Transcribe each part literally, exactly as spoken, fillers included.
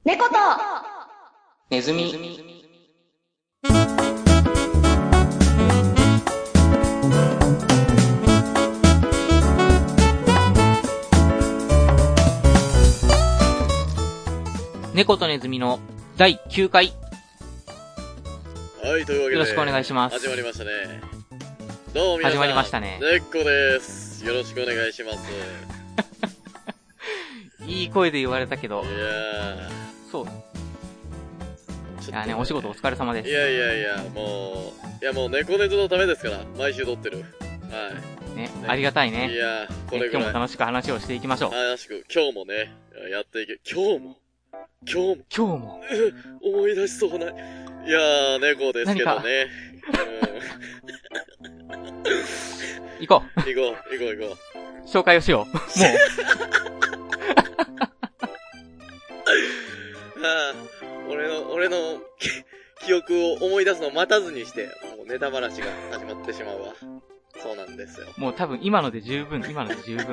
猫とネズミ。猫とネズミのだいきゅうかい。 はい、というわけでよろしくお願いします。 始まりましたね。どうも皆さん、 始まりましたね。 猫です。よろしくお願いします。 いい声で言われたけど。 いやー。 そう。 いいやね、お仕事お疲れ様です。 いやいやいや、もう、いやもう猫ネズのためですから、毎週撮ってる。はい。 ね、ねありがたいね。 いやこれぐらい、 ね。今日も楽しく話をしていきましょう。 楽しく、今日もね、やっていけ、今日も、今日も、 今日も、 思い出しそうな、いやー、猫ですけどね。 行こう。 行こう、行こう、行こう。紹介をしよう。もう。 ああ、俺の、俺の記憶を思い出すのを待たずにして、もうネタ話が始まってしまうわ。そうなんですよ。 もう多分今ので十分、今ので十分。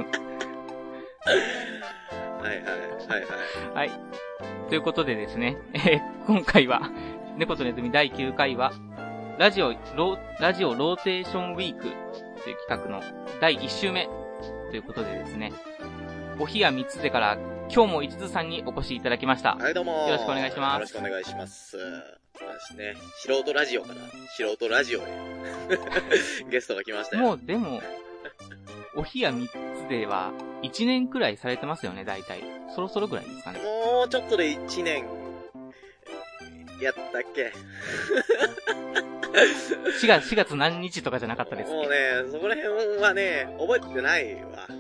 はいはい、はいはい。はい。ということでですね、えー、今回は、猫とネズミだいきゅうかいは、ラジオ、ロー、ラジオローテーションウィークという企画のだいいっ週目ということでですね、お日やみっつでから今日も一途さんにお越しいただきました。 はい、どうもよろしくお願いします。 よろしくお願いします。私ね、素人ラジオから素人ラジオへゲストが来ましたよ。 もうでも、お日やみっつではいちねんくらいされてますよね、大体。そろそろぐらいですかね。 もうちょっとでいちねん、やったっけ 4月、しがつ何日とかじゃなかったですっけ。 もうね、そこら辺はね、覚えてないわ。もう。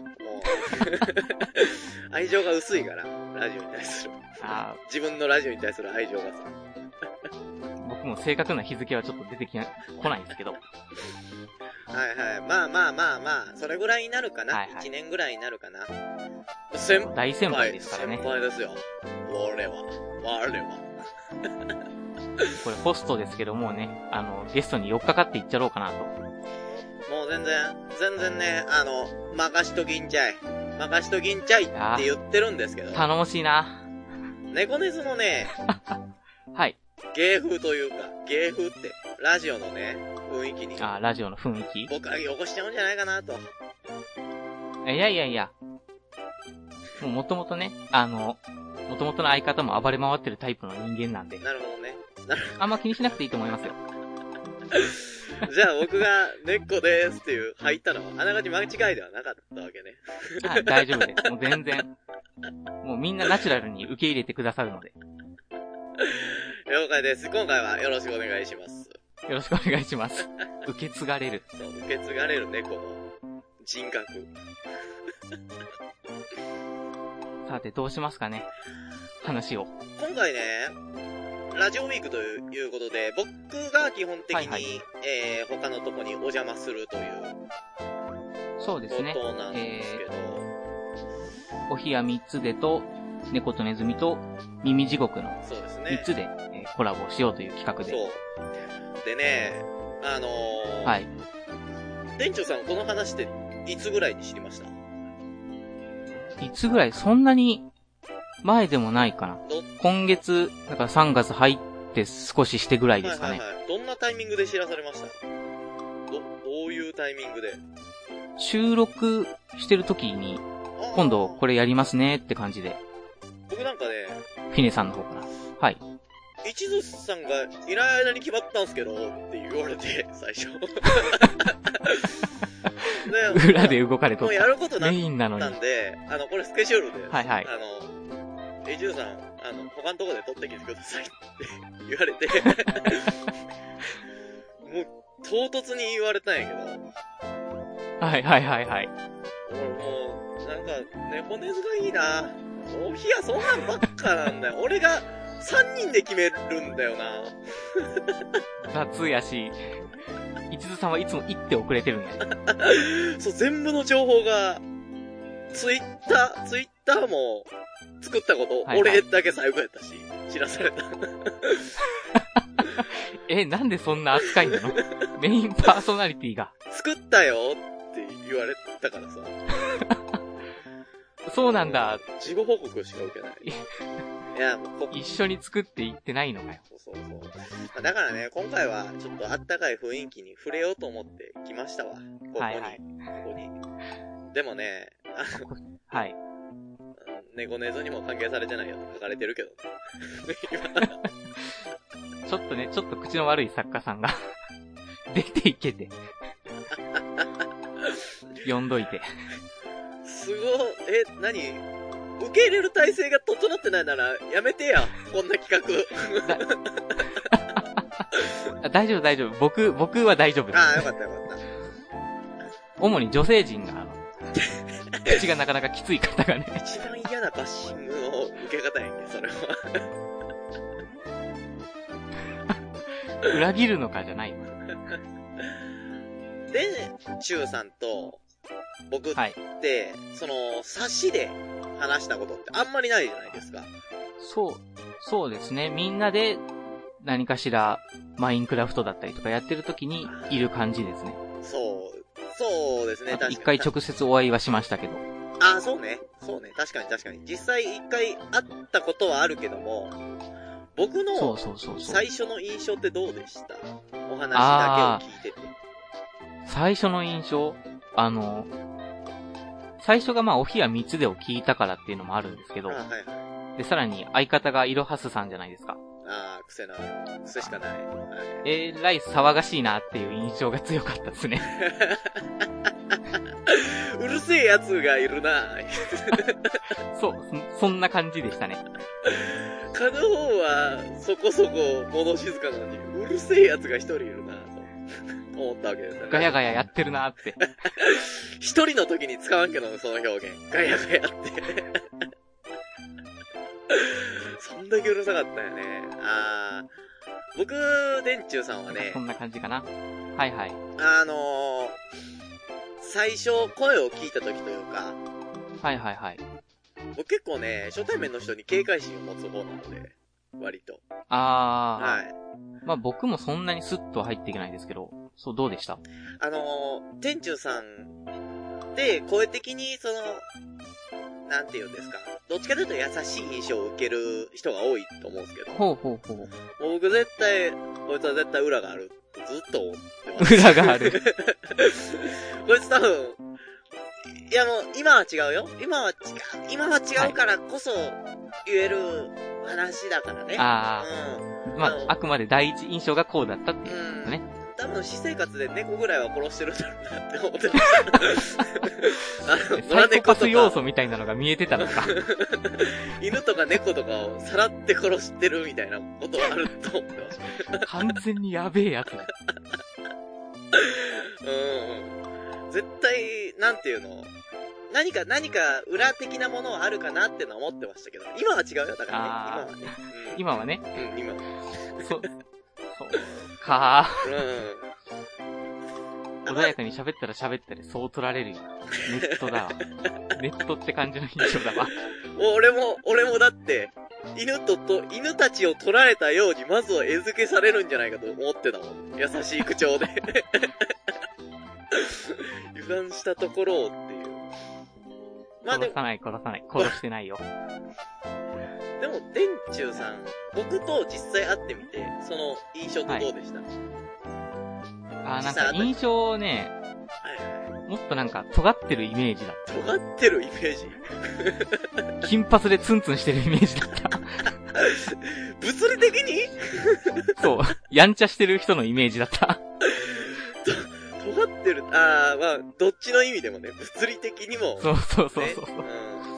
愛情が薄いから、ラジオに対する。あ自分のラジオに対する愛情がさ。 僕も正確な日付はちょっと出てきな、来ないんですけど。 はいはい。まあまあまあまあ、それぐらいになるかな。はいはい、いちねんぐらいになるかな。 先輩。大先輩ですからね。 先輩ですよ。我は。我は。 これホストですけどもね、あの、ゲストに寄っかかっていっちゃろうかなと。 もう全然、全然ね、あの、任しときんちゃい。任しときんちゃいって言ってるんですけど。 頼もしいな。 猫ネズのね、 はい。 芸風というか、芸風って、ラジオのね、雰囲気に。 ああ、ラジオの雰囲気僕は起こしちゃうんじゃないかなと。 いやいやいや。もうもともとね、あの、もともとの相方も暴れ回ってるタイプの人間なんで。 なるほどね。 あんま気にしなくていいと思いますよ。 じゃあ僕が猫でーすっていう入ったのはあながち間違いではなかったわけね。 はい、大丈夫です。もう全然。もうみんなナチュラルに受け入れてくださるので。 了解です。今回はよろしくお願いします。 よろしくお願いします。受け継がれる。 そう、受け継がれる猫の人格。 さて、どうしますかね。話を。 今回ね、ラジオウィークということで、僕が基本的に、はいはい、えー、他のとこにお邪魔するという。 そうですね。 ことなんですけど。 えー、お日やみっつでと、猫とネズミと、耳地獄の。 そうですね。 みっつで、えー、コラボをしようという企画で。 そう。でね、あのー、 はい。 店長さんこの話っていつぐらいに知りました？ いつぐらい？そんなに前でもないかな。今月、だからさんがつ入って少ししてぐらいですかね。 はいはいはい。どんなタイミングで知らされました？ど、どういうタイミングで？ 収録してる時に、今度これやりますねって感じで。 僕なんかね、 フィネさんの方から。はい。 一途さんがいない間に決まったんすけどって言われて、最初。 裏で動かれとった。 もうやることなったんで、 メインなのに。 あの、これスケジュールで。 はいはい。 あの、一途さん、あの、他のとこで撮ってきてくださいって言われて、もう、唐突に言われたんやけど。 はいはいはいはい。 俺もう、なんか、猫ネズがいいな。おひやそんなんばっかなんだよ。俺がさんにんで決めるんだよな。 雑やし、一途さんはいつも一手遅れてるんや。 そう、全部の情報が、ツイッター、ツイッターも作ったこと、はいはい、俺だけ最後やったし、知らされた。 え、なんでそんな扱いなの？メインパーソナリティが。 作ったよって言われたからさ。 そうなんだ。 事後報告しか受けない。 いや、もう一緒に作っていってないのかよ。 そうそうそう。だからね、今回はちょっとあったかい雰囲気に触れようと思って来ましたわ。ここに。 はいはい、 ここに。でもね、あの、 はい。 猫寝ずにも関係されてないよって書かれてるけど。 ちょっとね、ちょっと口の悪い作家さんが出ていけて。読んどいて。すごい、え、何受け入れる体制が整ってないならやめてや、こんな企画。大丈夫大丈夫。僕、僕は大丈夫です。 ああ、よかったよかった。 主に女性陣が、口がなかなかきつい方がね。 一番嫌なバッシングの受け方やんけ、それは。 裏切るのかじゃないの。 で、チューさんと、僕って、はい、その、冊子で話したことってあんまりないじゃないですか。 そう、そうですね。みんなで何かしらマインクラフトだったりとかやってる時にいる感じですね。 そう、そうですね。確かに。 一回直接お会いはしましたけど。 ああ、そうね。そうね。確かに確かに。実際一回会ったことはあるけども、僕の最初の印象ってどうでした？お話だけを聞いてて。 最初の印象？あの、最初がまあお部屋みっつでを聞いたからっていうのもあるんですけど、 はいはい、 で、さらに相方がイロハスさんじゃないですか。 ああ、癖な、癖しかない。はい、 えー、らい騒がしいなっていう印象が強かったですね。 うるせえやつがいるなそう、そ、そんな感じでしたね。 かの方は、そこそこ物静かなのに、うるせえやつが一人いるなと思ったわけですよね。 ガヤガヤやってるなって。 一人の時に使わんけど、その表現。ガヤガヤって。そんだけうるさかったよね。あー。僕、電柱さんはね。 そんな感じかな。はいはい。 あのー、最初声を聞いた時というか。 はいはいはい。 僕結構ね、初対面の人に警戒心を持つ方なので、割と。 あー。 はい。 まあ僕もそんなにスッと入っていけないですけど、そうどうでした？ あのー、天柱さんで声的にその、なんて言うんですか。どっちかというと優しい印象を受ける人が多いと思うんですけど。 ほうほうほう。もう僕絶対、こいつは絶対裏があるってずっと思ってます。 裏がある。 こいつ多分、いやもう今は違うよ。今は違う。今は違うからこそ言える話だからね。 ああ。うん。まあ、あくまで第一印象がこうだったっていうことね。 うん多分私生活で猫ぐらいは殺してるんだろうなって思ってます。サイコパス要素みたいなのが見えてたのか。 犬とか猫とかをさらって殺してるみたいなことはあると思ってました。 完全にやべえやつだ。 うん。絶対、なんていうの何か、何か裏的なものはあるかなってのは思ってましたけど、今は違うよ、だからね。今はね。 うん、今はね。 うん、今は。 そう。そうかー。 うん。 穏やかに喋ったら喋ったり、そう取られるよ。ネットだわ。ネットって感じの印象だわ。 俺も、俺もだって、犬とと、犬たちを取られたように、まずは餌付けされるんじゃないかと思ってたもん。優しい口調で。油断したところをっていう。 まあ、殺さない、殺さない。殺してないよ。 でも、電柱さん、僕と実際会ってみて、その印象ってどうでした？はい、 あー、なんか印象ね、はいはい、もっとなんか尖ってるイメージだった。 尖ってるイメージ金髪でツンツンしてるイメージだった。 物理的にそう。やんちゃしてる人のイメージだった。 尖ってる、あー、まあ、どっちの意味でもね、物理的にも、ね。 そうそうそうそう。 うん、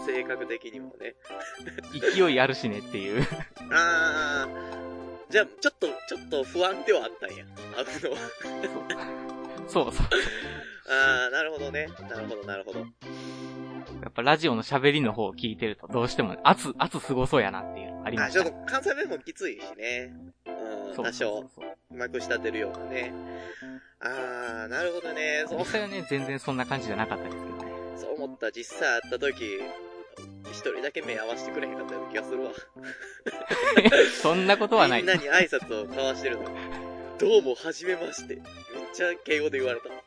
性格的にもね。 勢いあるしねっていう。 あー、じゃあ、ちょっと、ちょっと不安ではあったんや。会うのは。 そうそう。 あー、なるほどね。なるほど、なるほど。 やっぱラジオの喋りの方を聞いてると、どうしても、圧、圧すごそうやなっていうのありました。 あ、ちょっと関西弁もきついしね。うん、多少、うまく仕立てるようなね。あー、なるほどね。 実際はね、全然そんな感じじゃなかったですけどね。 そう思った。実際会った時、一人だけ目合わせてくれへんかったような気がするわ。 そんなことはない。 みんなに挨拶を交わしてるのに。どうも、はじめまして。めっちゃ敬語で言われた。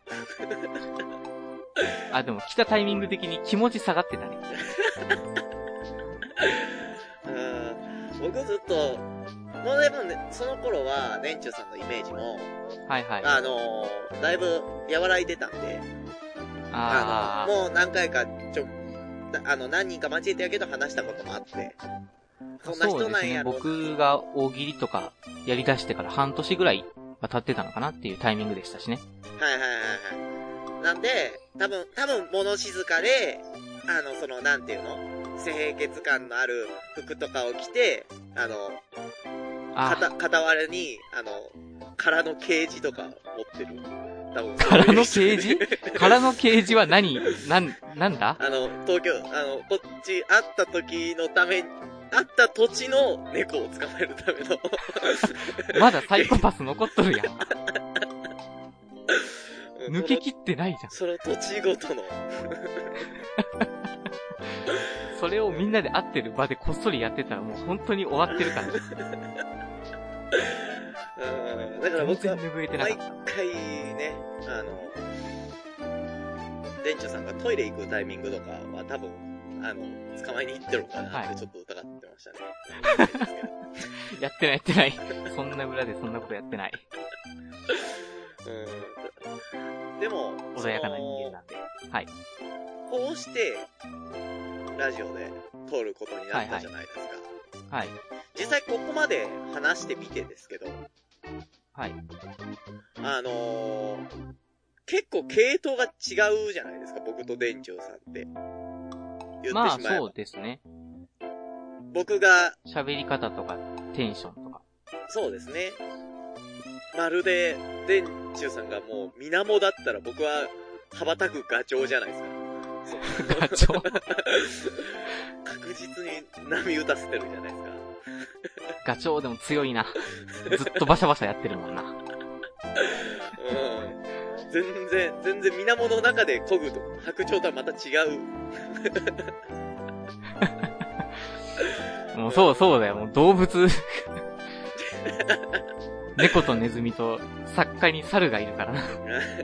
あ、でも来たタイミング的に気持ち下がってたね。 あ僕ずっと、もうでもね、その頃は、年中さんのイメージも、 はいはい。 あのー、だいぶ和らいでたんで、あの、もう何回か、ちょ、あの、何人か交えてやけど話したこともあって、そんな人なんやろ。 そうですね。僕が大喜利とかやり出してから半年ぐらいは経ってたのかなっていうタイミングでしたしね。 はいはいはいはい。なんで、多分、多分物静かで、あの、その、なんていうの清潔感のある服とかを着て、あの、あかた、片割れに、あの、空のケージとか持ってる。多分空のケージ空のケージは何なん、なんだあの、東京、あの、こっち会った時のために、会った土地の猫を捕まえるための。 まだサイコパス残っとるやん。抜け切ってないじゃん。 その土地ごとの。 それをみんなで会ってる場でこっそりやってたらもう本当に終わってるから。 うん、だから僕は毎回ね、あの、店長さんがトイレ行くタイミングとかは多分、あの、捕まえに行ってるのかなってちょっと疑ってましたね。はい、 やってないやってない。そんな裏でそんなことやってない。 うん、でも、 穏やかな人間なんで。はい。 こうして、ラジオで通ることになったじゃないですか。 はい、はい。 実際ここまで話してみてですけど、 はい。 あのー、結構系統が違うじゃないですか、僕と店長さんって。言ってしまえば。 まあそうですね。 僕が、 喋り方とか、テンションとか。 そうですね。まるで、店長さんがもう、水面だったら僕は、羽ばたくガチョウじゃないですか。 ガチョウ確実に波打たせてるじゃないですか。 ガチョウでも強いな。ずっとバシャバシャやってるもんな。うん。 全然、全然水面の中で漕ぐと白鳥とはまた違う。 もうそうそうだよ。もう動物。猫とネズミと作家に猿がいるからな。うん。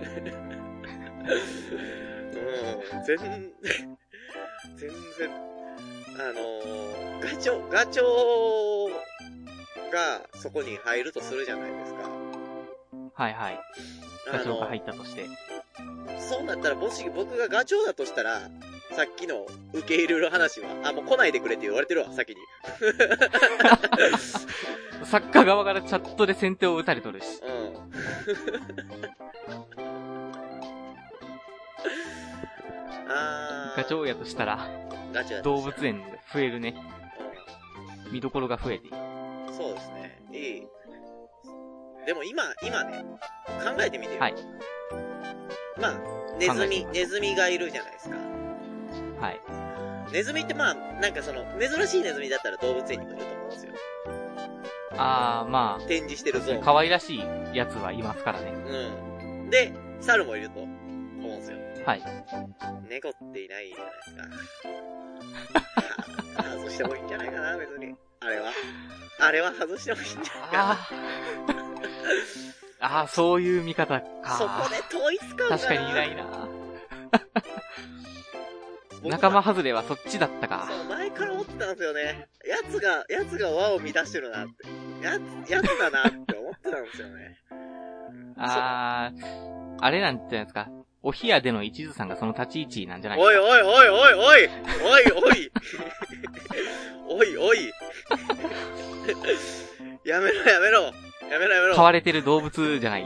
全然、全然、あのー、ガチョウ、ガチョウがそこに入るとするじゃないですか。 はいはい。ガチョウが入ったとして。 そうなったら、もし僕がガチョウだとしたら、さっきの受け入れる話は、あ、もう来ないでくれって言われてるわ、先に。 作家側からチャットで先手を打たれとるし。うん。 あー。 ガチョウやとしたら、 ガチョウ動物園で増えるね。うん、見どころが増えている。 そうですね。いい。でも今、今ね、考えてみてよ。はい。まあ、ネズミ、ネズミがいるじゃないですか。 はい。 ネズミってまあ、なんかその、珍しいネズミだったら動物園にもいると思うんですよ。 あー、まあ。 展示してるゾーン。 可愛らしいやつはいますからね。 うん。で、猿もいると思うんですよ。 はい。 猫っていないじゃないですか。外してもいいんじゃないかな、別に。あれは。あれは外してもいいんじゃないかな。 ああ、そういう見方か。 そこで統一感が確かにいないな。仲間外れはそっちだったか。 そう、前から思ってたんですよね。やつが、やつが輪を乱してるなって。やつ、やつだなって思ってたんですよね。 あー、あれなんていうんですか。お冷やでの一途さんがその立ち位置なんじゃないですか。おいおいおいおいおいおいおいおいおいやめろやめろやめろやめろ。 飼われてる動物じゃない。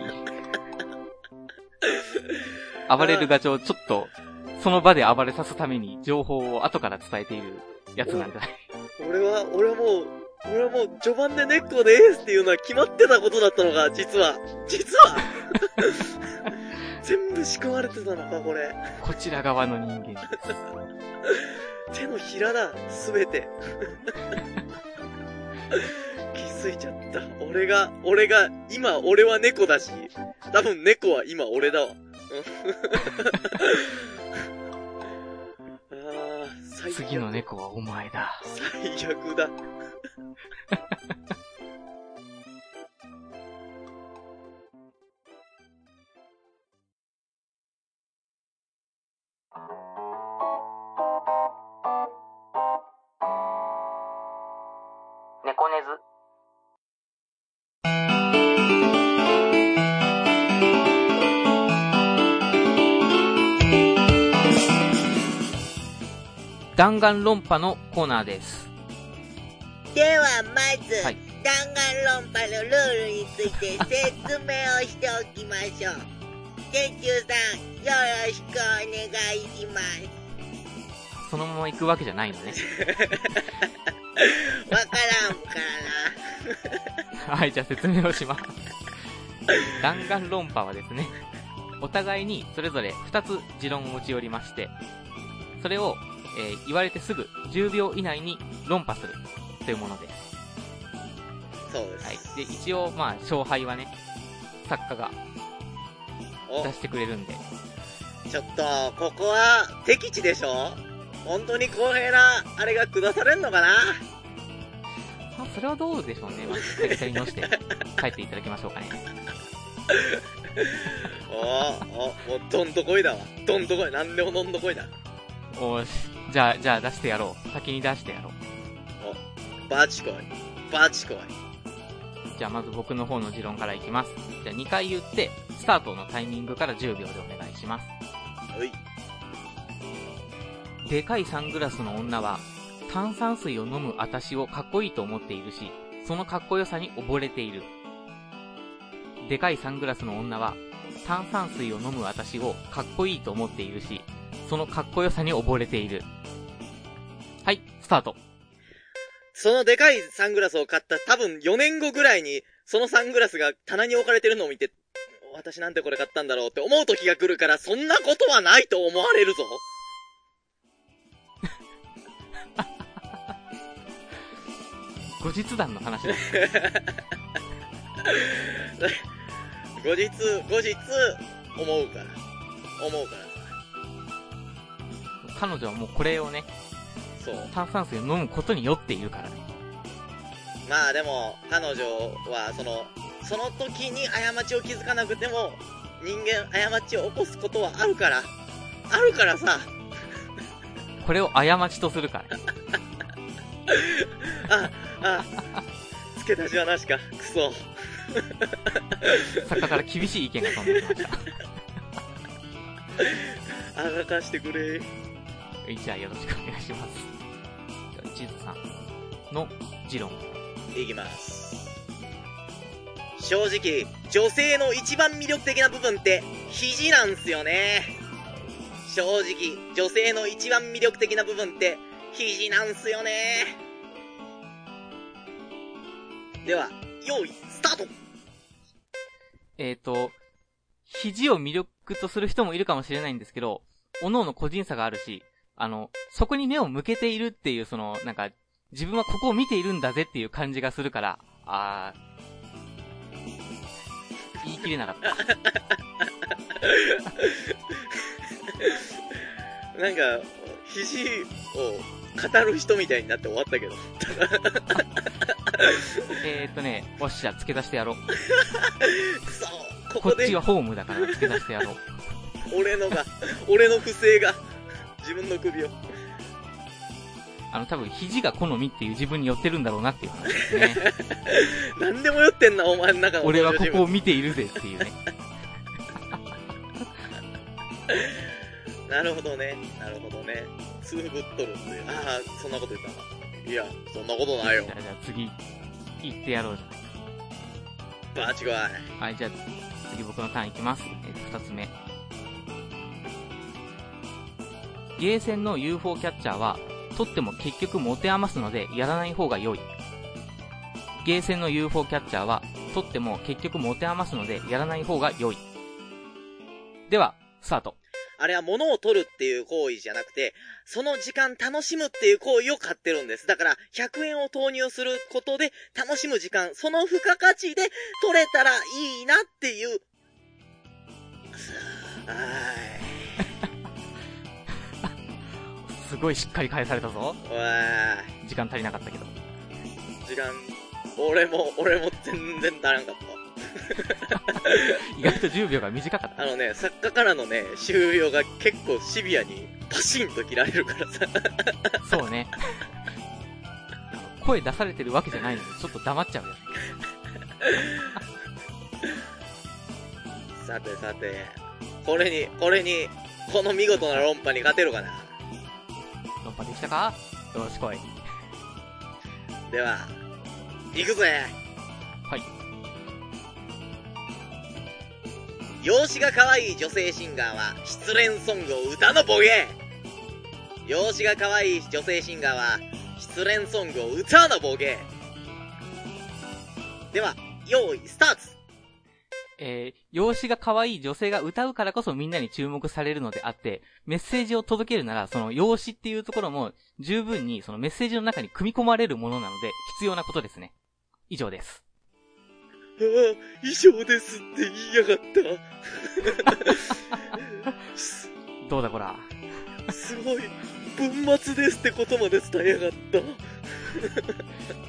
暴れるガチョウ、ちょっと、その場で暴れさすために情報を後から伝えているやつなんじゃない。 俺は、俺はもう、俺はもう序盤で猫でエースっていうのは決まってたことだったのが、実は。実は全部仕組まれてたのか、これ。 こちら側の人間です。 手のひらだ、すべて。気づいちゃった。俺が、俺が、今俺は猫だし、多分猫は今俺だわ。あー、最悪。 次の猫はお前だ。 最悪だ。 猫ネ弾丸論破のコーナーです。 ではまず、 はい、 弾丸論破のルールについて説明をしておきましょう。天中さん、よろしくお願いします。 そのまま行くわけじゃないのね。 わからんからな。はい、じゃあ説明をします。弾丸論破はですね、お互いにそれぞれふたつ持論を持ち寄りまして、それを、えー、言われてすぐじゅうびょう以内に論破するというものです。 そうです。 はい。で、一応、まあ、勝敗はね、作家が出してくれるんで。 ちょっと、ここは敵地でしょ？本当に公平な、あれが下されんのかな？ まあ、それはどうでしょうね。まず、カリカリ直して帰っていただきましょうかね。 おお、もうどんどこいだわ。どんどこい。なんでもどんどこいだ。 おーし。じゃあ、じゃあ出してやろう。先に出してやろう。 お、バチコイ。バチコイ。 じゃあまず僕の方の持論からいきます。じゃあにかい言って、スタートのタイミングからじゅうびょうでお願いします。 はい。 でかいサングラスの女は、炭酸水を飲む私をかっこいいと思っているし、そのかっこよさに溺れている。でかいサングラスの女は、炭酸水を飲む私をかっこいいと思っているし、そのかっこよさに溺れている。はい、スタート。 そのでかいサングラスを買った多分よねんごぐらいに、そのサングラスが棚に置かれてるのを見て、私なんでこれ買ったんだろうって思う時が来るから、そんなことはないと思われるぞ。 後日談の話だ。 後日、後日、思うから。思うからさ。彼女はもうこれをね、そう。炭酸水を飲むことに酔っているからね。 まあでも、彼女は、その、その時に過ちを気づかなくても、人間過ちを起こすことはあるから。あるからさ。 これを過ちとするから。 あ、あ、付け出しはなしか。クソ。 作家から厳しい意見が飛んできました。 あがかしてくれ。 じゃあよろしくお願いします。じゃあ、チーズさんの持論。 いきます。正直、女性の一番魅力的な部分って、肘なんすよね。正直、女性の一番魅力的な部分って、肘なんすよね。では、用意、スタート。 えーと、肘を魅力とする人もいるかもしれないんですけど、各々個人差があるし、あの、そこに目を向けているっていう、その、なんか、自分はここを見ているんだぜっていう感じがするから、あー、言い切れなかった。 なんか、肘を語る人みたいになって終わったけど。 えーっとね、おっしゃ、付け出してやろう。 くそ、ここで。 こっちはホームだから付け出してやろう。 俺のが、俺の不正が、自分の首を。 あの、多分、肘が好みっていう自分に寄ってるんだろうなっていう話ですね。 なんでも寄ってんな、お前の中の。 俺はここを見ているぜっていうね。 なるほどね。なるほどね。つぶっとるっていう。ああ、そんなこと言ったな。いや、そんなことないよ。 じゃあ、じゃあ次、行ってやろうじゃない。 バチコイ。 はい、じゃあ、次僕のターンいきます。えっと、二つ目。ゲーセンの ユーフォー キャッチャーは、取っても結局持て余すので、やらない方が良い。ゲーセンの ユーフォー キャッチャーは、取っても結局持て余すので、やらない方が良い。では、スタート。 あれは物を取るっていう行為じゃなくて、その時間楽しむっていう行為を買ってるんです。だから、ひゃくえんを投入することで楽しむ時間、その付加価値で取れたらいいなっていう。はーい。 すごいしっかり返されたぞ。 わー。 時間足りなかったけど。 時間、俺も、俺も全然足らんかった。 意外とじゅうびょうが短かった。 あのね、作家からのね、終了が結構シビアにパシンと切られるからさ。 そうね。 声出されてるわけじゃないのに、ちょっと黙っちゃうよ。 さてさて、これに、これに、この見事な論破に勝てるかな。 論破できたか？よし、来い。 では、行くぜ。 はい。 容姿が可愛い女性シンガーは失恋ソングを歌のボケ。容姿が可愛い女性シンガーは失恋ソングを歌のボケ。では、用意スタート。 えー、容姿が可愛い女性が歌うからこそみんなに注目されるのであって、メッセージを届けるなら、その容姿っていうところも十分にそのメッセージの中に組み込まれるものなので必要なことですね。以上です。 ああ、以上ですって言いやがった。 どうだこら。 すごい、文末ですってことまで伝えやがった。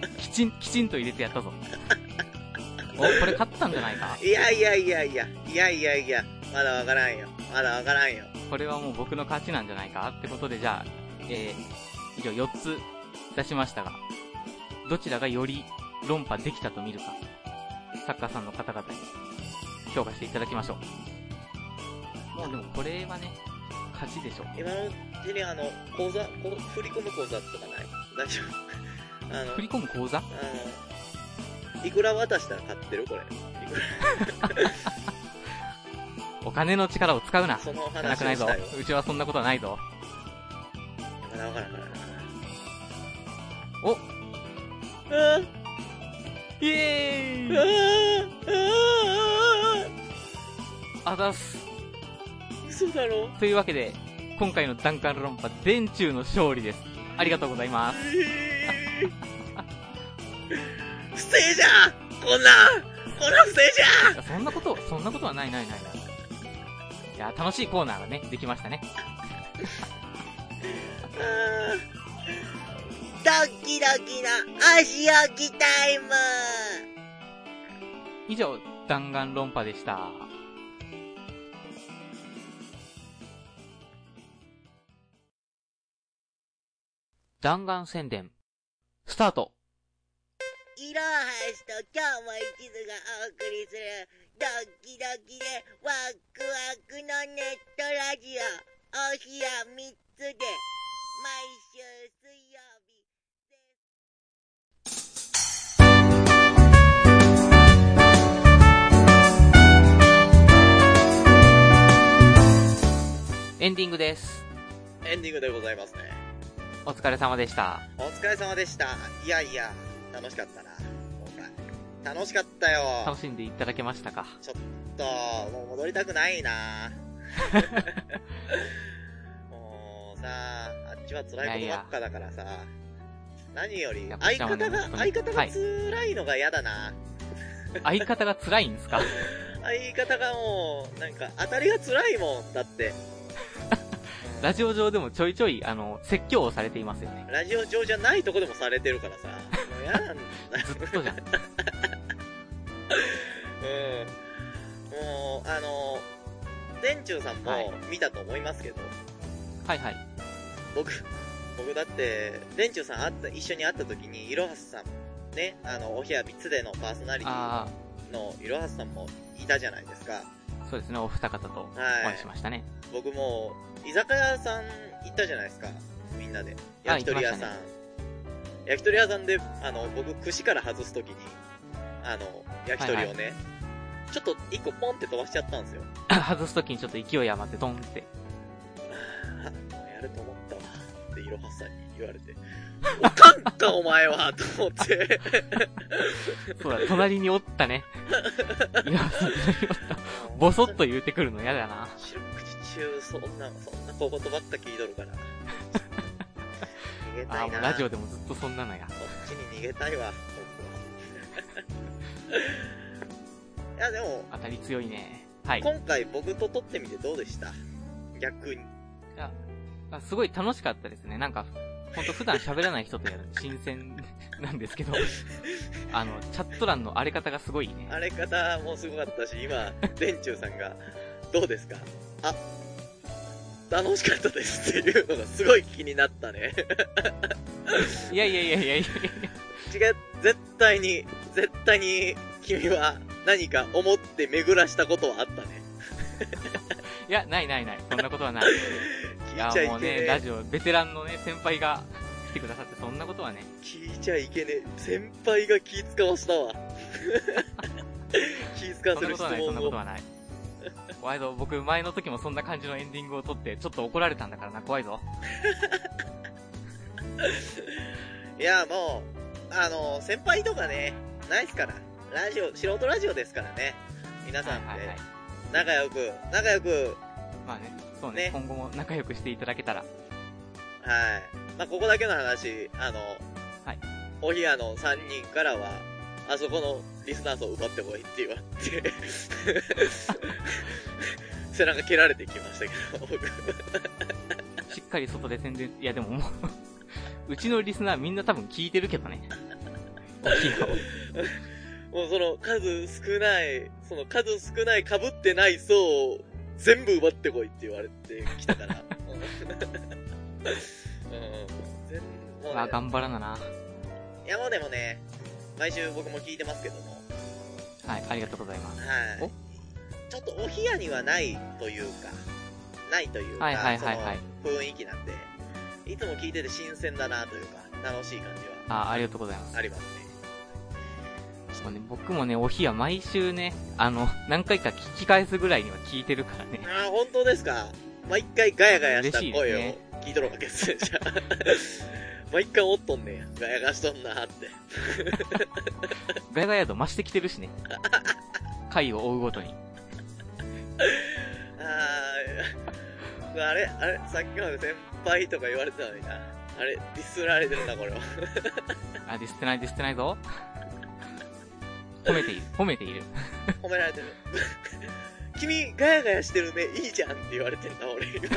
きちん、きちんと入れてやったぞ。お、これ勝ったんじゃないか？ いやいやいやいや、いやいやいや、まだわからんよ。まだわからんよ。 これはもう僕の勝ちなんじゃないかってことで、じゃあ、えー、以上よっつ出しましたが、どちらがより論破できたと見るか、作家さんの方々に評価していただきましょう。もうでもこれはね、勝ちでしょう。 今のうちにあの、講座、こ振り込む講座とかない？大丈夫？あの、 振り込む口座？ あの、いくら渡したら買ってるこれ。いくらお金の力を使うな。 その話をなくないぞ。うちはそんなことはないぞ。 まだわからんからな。 おあイエーイあああざっす。 嘘だろ。 というわけで、今回の弾丸論破、電柱の勝利です。ありがとうございます。 えー不正じゃんこんなこんな不正じゃん。 そんなこと、そんなことはないないないない。いや、楽しいコーナーがね、できましたね。 ドキドキな足置きタイム。 以上、弾丸論破でした。弾丸宣伝、スタート。 いろはすと今日も一途がお送りするドキドキでワクワクのネットラジオ、お日やみっつで毎週水曜日エンディングです。 エンディングでございますね。 お疲れ様でした。 お疲れ様でした。いやいや楽しかったな今回。楽しかったよ。 楽しんでいただけましたか？ ちょっともう戻りたくないなもうさあっちは辛いことばっかだからさ。いやいや何より相方が相方が辛いのが嫌だな、 はい、相方が辛いんですか？ 相方がもうなんか当たりが辛いもんだってラジオ上でもちょいちょいあの説教をされていますよね。 ラジオ上じゃないとこでもされてるからさ、もう嫌なんだずっとじゃん。うん、 もうあの電柱さんも見たと思いますけど、 はい、はいはい。 僕僕だって電柱さん会った一緒に会った時にいろはすさんね、あのお部屋みっつでのパーソナリティのいろはすさんもいたじゃないですか。 そうですね、お二方とお会いしましたね。 はい、僕も居酒屋さん行ったじゃないですか、みんなで。焼き鳥屋さん、ね、焼き鳥屋さんであの僕串から外す時にあの焼き鳥をね、はいはい、ちょっと一個ポンって飛ばしちゃったんですよ。 外す時にちょっと勢い余ってドンってあもうやると思ったわっていろはさんに言われておかんかお前はと思ってそうだ、隣におったね。いや、隣におった。ボソッと言うてくるの嫌だな。 四六時中、そんな、そんな小言ばっか聞いとるから。逃げたいな。 あ、ラジオでもずっとそんなのや。 こっちに逃げたいわ、僕は。いや、でも。 当たり強いね。はい。 今回僕と撮ってみてどうでした？逆に。いや、すごい楽しかったですね。なんか、ほんと普段喋らない人とやる新鮮なんですけど、あの、チャット欄の荒れ方がすごいね。 荒れ方もすごかったし、今、電柱さんが、どうですか？あ、楽しかったですっていうのがすごい気になったね。 いやいやいやいやいや違う、絶対に、絶対に、君は何か思って巡らしたことはあったね。 いや、ないないない。そんなことはない。 聞いちゃいけねえ。 いや、もうね、ラジオ、ベテランのね、先輩が来てくださって、そんなことはね。 聞いちゃいけねえ。先輩が気使わしたわ。気使わせる質問を。 そんなことはない、そんなことはない。怖いぞ、僕、前の時もそんな感じのエンディングを撮って、ちょっと怒られたんだからな、怖いぞ。 いや、もう、あの、先輩とかね、ないっすから。ラジオ、素人ラジオですからね。皆さんで、仲良く、仲良く。 まあね、そうね、ね、今後も仲良くしていただけたら。はい。 まあ、ここだけの話、あの、 はい。 お部屋のさんにんからは、あそこのリスナー層を奪ってこいって言われて、背中蹴られてきましたけど、僕。 しっかり外で宣伝、いやでももう、うちのリスナーみんな多分聞いてるけどね。 もうその数少ない、その数少ない被ってない層を全部奪ってこいって言われてきたから。うん。全もう、ね、 あ、頑張らなな。 いやもうでもね、毎週僕も聞いてますけども。 はい、ありがとうございます。 はい。ちょっとお部屋にはないというか、ないというか、 はいはいはいはい、 その雰囲気なんで、いつも聞いてて新鮮だなというか、楽しい感じは。 あ、ありがとうございます。 ありますね。 そうね、僕もね、お部屋毎週ね、あの、何回か聞き返すぐらいには聞いてるからね。 ああ、本当ですか。毎回ガヤガヤした声を聞いとるわけですね、じゃあ。毎回おっとんねや。ガヤガヤしとんなーって。 ガヤガヤと増してきてるしね。回を追うごとに。 あー、あれあれさっきまで先輩とか言われてたのにな。あれディスられてるな、これは。 あ、ディスってない、ディスってないぞ。褒めている、褒めている。 褒められてる。君、ガヤガヤしてるね、いいじゃんって言われてんだ、俺今。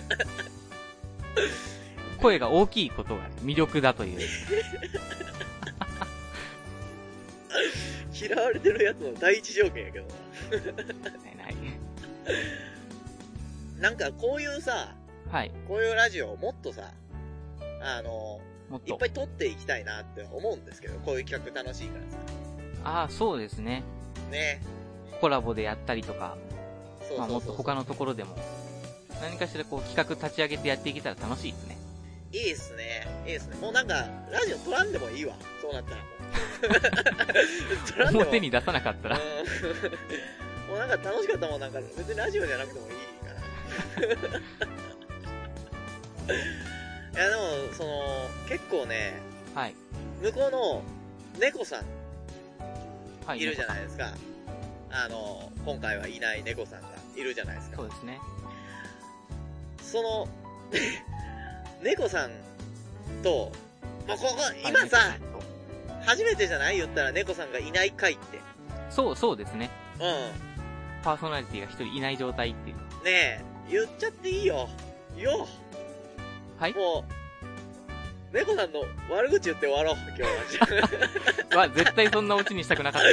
声が大きいことが魅力だという。 嫌われてるやつの第一条件やけどな。 ないない。 なんかこういうさ、 はい。 こういうラジオをもっとさ、あの、 もっといっぱい撮っていきたいなって思うんですけど、こういう企画楽しいからさ。 ああ、そうですね。 ね。 コラボでやったりとか、 そうそうそうそう、 まあもっと他のところでも、何かしらこう企画立ち上げてやっていけたら楽しいですね。 いいっすね。いいっすね。もうなんか、ラジオ撮らんでもいいわ。そうなったらもう。撮らんでも。 表に出さなかったら。 もうなんか楽しかったもん、なんか別にラジオじゃなくてもいいかな。いやでも、その、結構ね、 はい。 向こうの猫さん、 はい、 いるじゃないですか。あの、今回はいない猫さんがいるじゃないですか。 そうですね。 その、猫さんと、まあ、ここ、今さ、初めてじゃない言ったら猫さんがいない回って。 そう、そうですね。 うん。 パーソナリティが一人いない状態っていう。 ねえ、言っちゃっていいよ。よ。 はい。 もう、猫さんの悪口言って終わろう、今日は。 わ、絶対そんなオチにしたくなかった。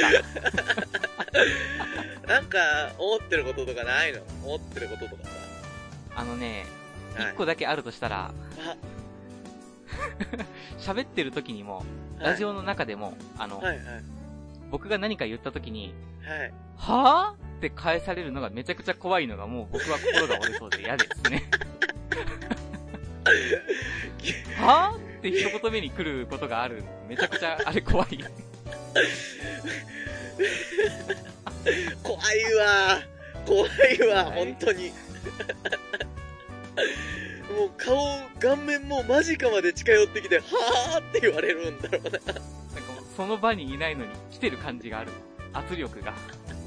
なんか、思ってることとかないの？思ってることとかさ。 あのね、一、はい、個だけあるとしたら、喋ってる時にも、ラジオの中でも、はい、あの、はいはい、僕が何か言った時に、はい、はぁって返されるのがめちゃくちゃ怖いのがもう僕は心が折れそうで嫌ですね。はぁって一言目に来ることがある。めちゃくちゃあれ怖い。 怖いわ怖いわ、はい、本当に。もう顔、顔面もう間近まで近寄ってきて、はぁって言われるんだろうな。なんかもうその場にいないのに来てる感じがある。圧力が。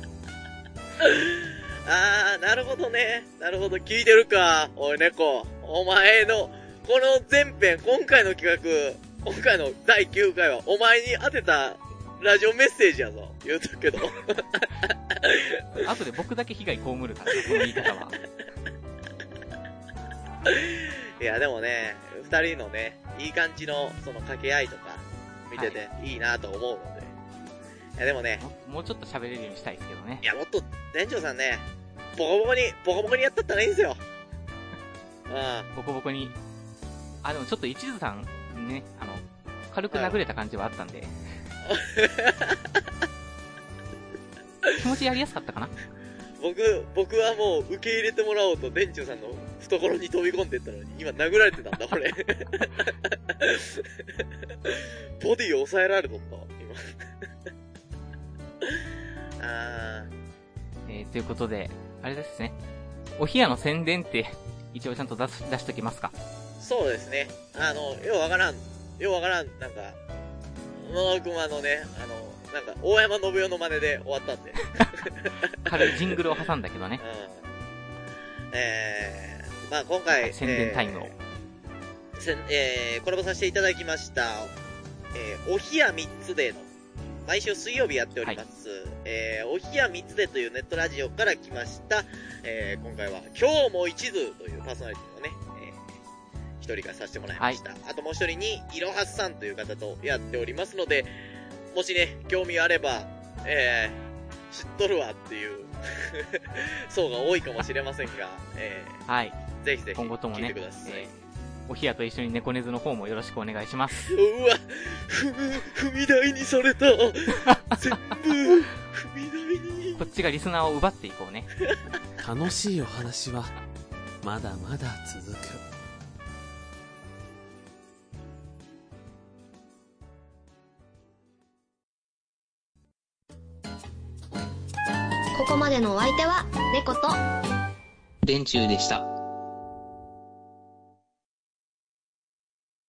あー、なるほどね。なるほど、聞いてるか。おい猫。お前の、この前編、今回の企画、今回のだいきゅうかいは、お前に当てたラジオメッセージやぞ。言うとくけど。 後で僕だけ被害被るからな、その言い方は。 いや、でもね、二人のね、いい感じの、その掛け合いとか、見てていいなと思うので。はい、いや、でもねも、もうちょっと喋れるようにしたいですけどね。 いや、もっと、店長さんね、ボコボコに、ボコボコにやったったらいいんですよ。うん。 ボコボコに。あ、でもちょっと一途さん、ね、あの、 軽く殴れた感じはあったんで。気持ちやりやすかったかな。 僕、僕はもう受け入れてもらおうと、電柱さんの懐に飛び込んでったのに、今殴られてたんだ、俺。ボディを抑えられとったわ、今。あー。えー、ということで、あれですね。お冷やの宣伝って、一応ちゃんと出す、出しときますか。 そうですね。あの、ようわからん、ようわからん、なんか、野田くんはあのね、あの、なんか、大山信代の真似で終わったんで。 軽いジングルを挟んだけどね。 うん、えー、まあ今回、 宣伝タイムを。 えー、せんえー、コラボさせていただきました、えー、お冷やみっつデーの、毎週水曜日やっております、はい、えー、お冷やみっつデーというネットラジオから来ました、えー、今回は、今日も一途というパーソナリティのね、えー、一人化させてもらいました。はい、あともう一人に、いろはさんという方とやっておりますので、もしね、興味あれば、えー、知っとるわっていう層が多いかもしれませんが、えー、 はい。 ぜひぜひ今後ともね、 聞いてください。えー、お冷やと一緒に猫根津の方もよろしくお願いします。 うわ、ふ、踏み台にされた。全部、踏み台に。 こっちがリスナーを奪っていこうね。 楽しいお話は、まだまだ続く。 ここまでのお相手は猫と電柱でした。